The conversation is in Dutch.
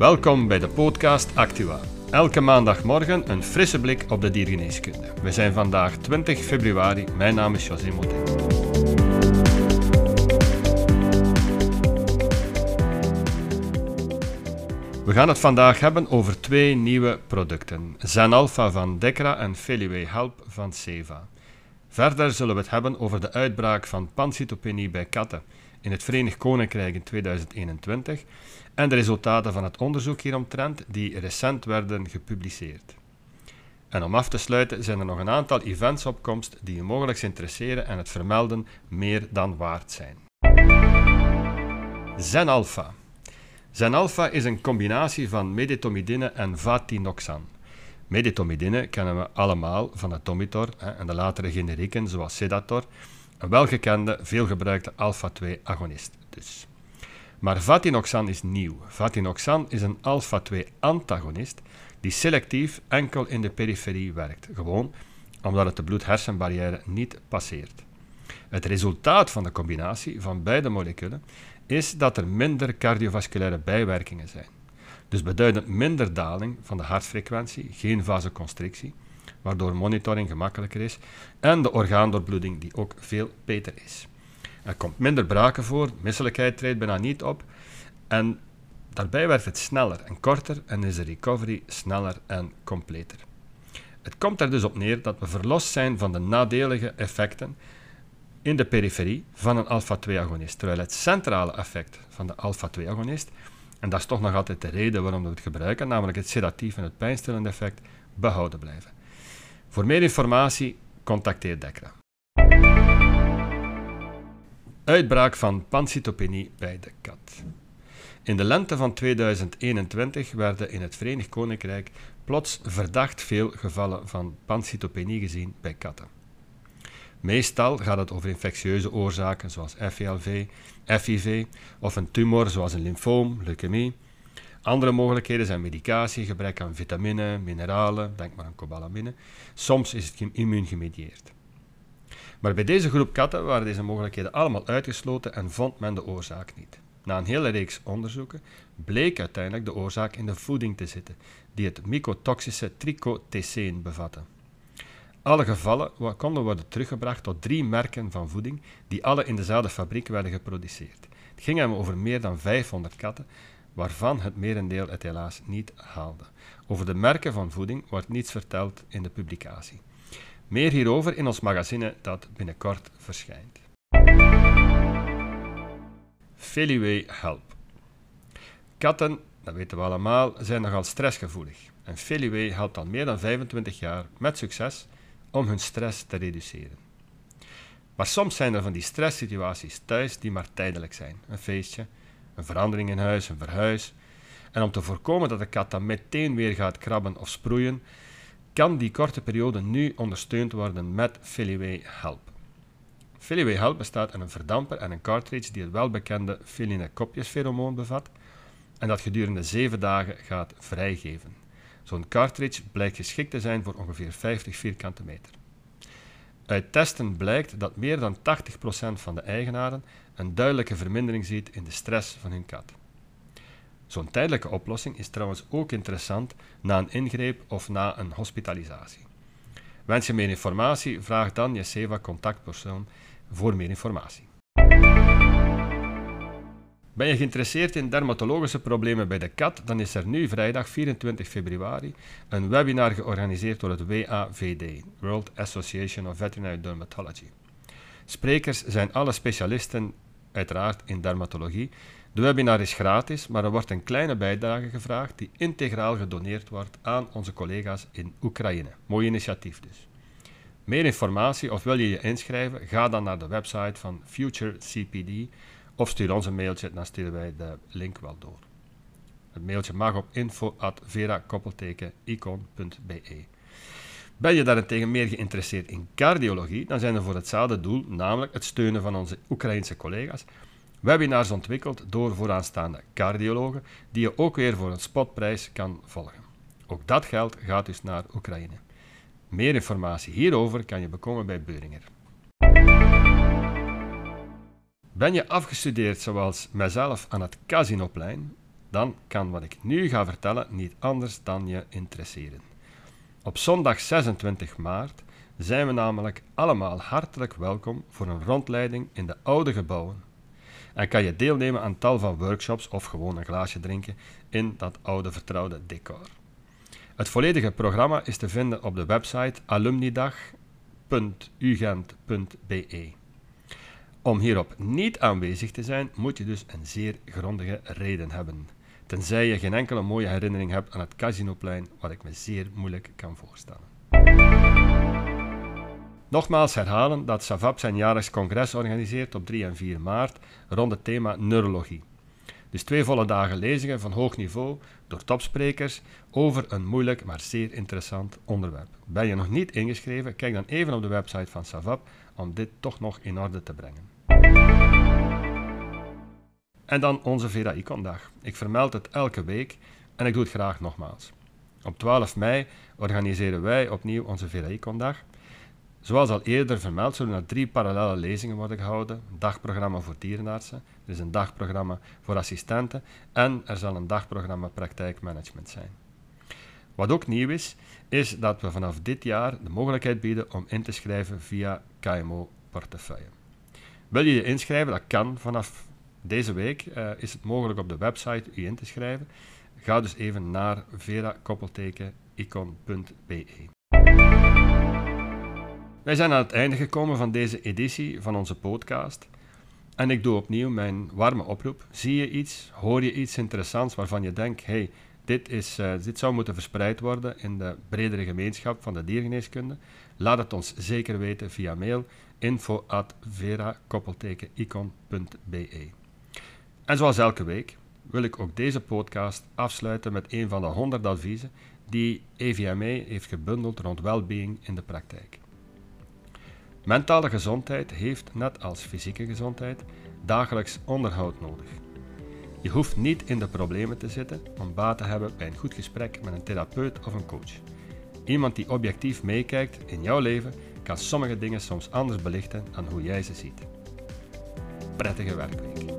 Welkom bij de podcast Actua. Elke maandagmorgen een frisse blik op de diergeneeskunde. We zijn vandaag 20 februari. Mijn naam is José Motet. We gaan het vandaag hebben over twee nieuwe producten. Zenalpha van Dechra en Feliway Help van Ceva. Verder zullen we het hebben over de uitbraak van pancytopenie bij katten in het Verenigd Koninkrijk in 2021 en de resultaten van het onderzoek hieromtrent die recent werden gepubliceerd. En om af te sluiten zijn er nog een aantal events op komst die je mogelijk interesseren en het vermelden meer dan waard zijn. Zenalpha. Zenalpha is een combinatie van medetomidine en vatinoxan. Medetomidine kennen we allemaal van de Tomitor en de latere generieken zoals Sedator, een welgekende, veelgebruikte alpha-2-agonist dus. Maar vatinoxan is nieuw. Vatinoxan is een alpha-2-antagonist die selectief enkel in de periferie werkt, gewoon omdat het de bloed-hersenbarrière niet passeert. Het resultaat van de combinatie van beide moleculen is dat er minder cardiovasculaire bijwerkingen zijn. Dus beduidend minder daling van de hartfrequentie, geen vasoconstrictie, waardoor monitoring gemakkelijker is, en de orgaandoorbloeding die ook veel beter is. Er komt minder braken voor, misselijkheid treedt bijna niet op, en daarbij werkt het sneller en korter en is de recovery sneller en completer. Het komt er dus op neer dat we verlost zijn van de nadelige effecten in de periferie van een alpha-2-agonist, terwijl het centrale effect van de alpha-2-agonist, en dat is toch nog altijd de reden waarom we het gebruiken, namelijk het sedatief en het pijnstillende effect, behouden blijven. Voor meer informatie, contacteer Dechra. Uitbraak van pancytopenie bij de kat. In de lente van 2021 werden in het Verenigd Koninkrijk plots verdacht veel gevallen van pancytopenie gezien bij katten. Meestal gaat het over infectieuze oorzaken zoals FELV, FIV of een tumor zoals een lymfoom, leukemie. Andere mogelijkheden zijn medicatie, gebrek aan vitamine, mineralen, denk maar aan cobalamine. Soms is het immuungemedieerd. Maar bij deze groep katten waren deze mogelijkheden allemaal uitgesloten en vond men de oorzaak niet. Na een hele reeks onderzoeken bleek uiteindelijk de oorzaak in de voeding te zitten, die het mycotoxische trichoteceen bevatte. Alle gevallen konden worden teruggebracht tot 3 merken van voeding die alle in dezelfde fabriek werden geproduceerd. Het ging over meer dan 500 katten, waarvan het merendeel het helaas niet haalde. Over de merken van voeding wordt niets verteld in de publicatie. Meer hierover in ons magazine dat binnenkort verschijnt. Feliway Help. Katten, dat weten we allemaal, zijn nogal stressgevoelig. En Feliway helpt al meer dan 25 jaar met succes om hun stress te reduceren. Maar soms zijn er van die stresssituaties thuis die maar tijdelijk zijn. Een feestje, een verandering in huis, een verhuis. En om te voorkomen dat de kat dan meteen weer gaat krabben of sproeien, kan die korte periode nu ondersteund worden met Feliway Help. Feliway Help bestaat uit een verdamper en een cartridge die het welbekende felinekopjesferomoon bevat en dat gedurende 7 dagen gaat vrijgeven. Zo'n cartridge blijkt geschikt te zijn voor ongeveer 50 vierkante meter. Uit testen blijkt dat meer dan 80% van de eigenaren een duidelijke vermindering ziet in de stress van hun kat. Zo'n tijdelijke oplossing is trouwens ook interessant na een ingreep of na een hospitalisatie. Wens je meer informatie, vraag dan je Ceva-contactpersoon voor meer informatie. Ben je geïnteresseerd in dermatologische problemen bij de kat, dan is er nu vrijdag 24 februari een webinar georganiseerd door het WAVD, World Association of Veterinary Dermatology. Sprekers zijn alle specialisten, uiteraard in dermatologie. De webinar is gratis, maar er wordt een kleine bijdrage gevraagd die integraal gedoneerd wordt aan onze collega's in Oekraïne. Mooi initiatief dus. Meer informatie of wil je je inschrijven, ga dan naar de website van Future CPD of stuur ons een mailtje, dan sturen wij de link wel door. Het mailtje mag op info@vera-icon.be. Ben je daarentegen meer geïnteresseerd in cardiologie, dan zijn er voor hetzelfde doel, namelijk het steunen van onze Oekraïnse collega's, webinars ontwikkeld door vooraanstaande cardiologen, die je ook weer voor een spotprijs kan volgen. Ook dat geld gaat dus naar Oekraïne. Meer informatie hierover kan je bekomen bij Beuringer. Ben je afgestudeerd zoals mijzelf aan het Casinoplein? dan kan wat ik nu ga vertellen niet anders dan je interesseren. Op zondag 26 maart zijn we namelijk allemaal hartelijk welkom voor een rondleiding in de oude gebouwen. En kan je deelnemen aan tal van workshops of gewoon een glaasje drinken in dat oude vertrouwde decor. Het volledige programma is te vinden op de website alumnidag.ugent.be. Om hierop niet aanwezig te zijn, moet je dus een zeer grondige reden hebben. Tenzij je geen enkele mooie herinnering hebt aan het Casinoplein, wat ik me zeer moeilijk kan voorstellen. Nogmaals herhalen dat SAVAP zijn jaarlijks congres organiseert op 3 en 4 maart rond het thema neurologie. Dus 2 volle dagen lezingen van hoog niveau door topsprekers over een moeilijk maar zeer interessant onderwerp. Ben je nog niet ingeschreven? Kijk dan even op de website van SAVAP om dit toch nog in orde te brengen. En dan onze VRA-Icon-dag. Ik vermeld het elke week en ik doe het graag nogmaals. Op 12 mei organiseren wij opnieuw onze VRA-Icon-dag. Zoals al eerder vermeld zullen er 3 parallele lezingen worden gehouden. Een dagprogramma voor dierenartsen, er is een dagprogramma voor assistenten en er zal een dagprogramma praktijkmanagement zijn. Wat ook nieuw is dat we vanaf dit jaar de mogelijkheid bieden om in te schrijven via KMO-portefeuille. Wil je je inschrijven? Dat kan vanaf deze week. Is het mogelijk op de website je in te schrijven. Ga dus even naar vera-icon.be. Wij zijn aan het einde gekomen van deze editie van onze podcast. En ik doe opnieuw mijn warme oproep. Zie je iets, hoor je iets interessants waarvan je denkt, hey, dit zou moeten verspreid worden in de bredere gemeenschap van de diergeneeskunde? Laat het ons zeker weten via mail info@vera-icon.be. En zoals elke week wil ik ook deze podcast afsluiten met een van de 100 adviezen die EVMA heeft gebundeld rond well-being in de praktijk. Mentale gezondheid heeft, net als fysieke gezondheid, dagelijks onderhoud nodig. Je hoeft niet in de problemen te zitten om baat te hebben bij een goed gesprek met een therapeut of een coach. Iemand die objectief meekijkt in jouw leven kan sommige dingen soms anders belichten dan hoe jij ze ziet. Prettige werkweek.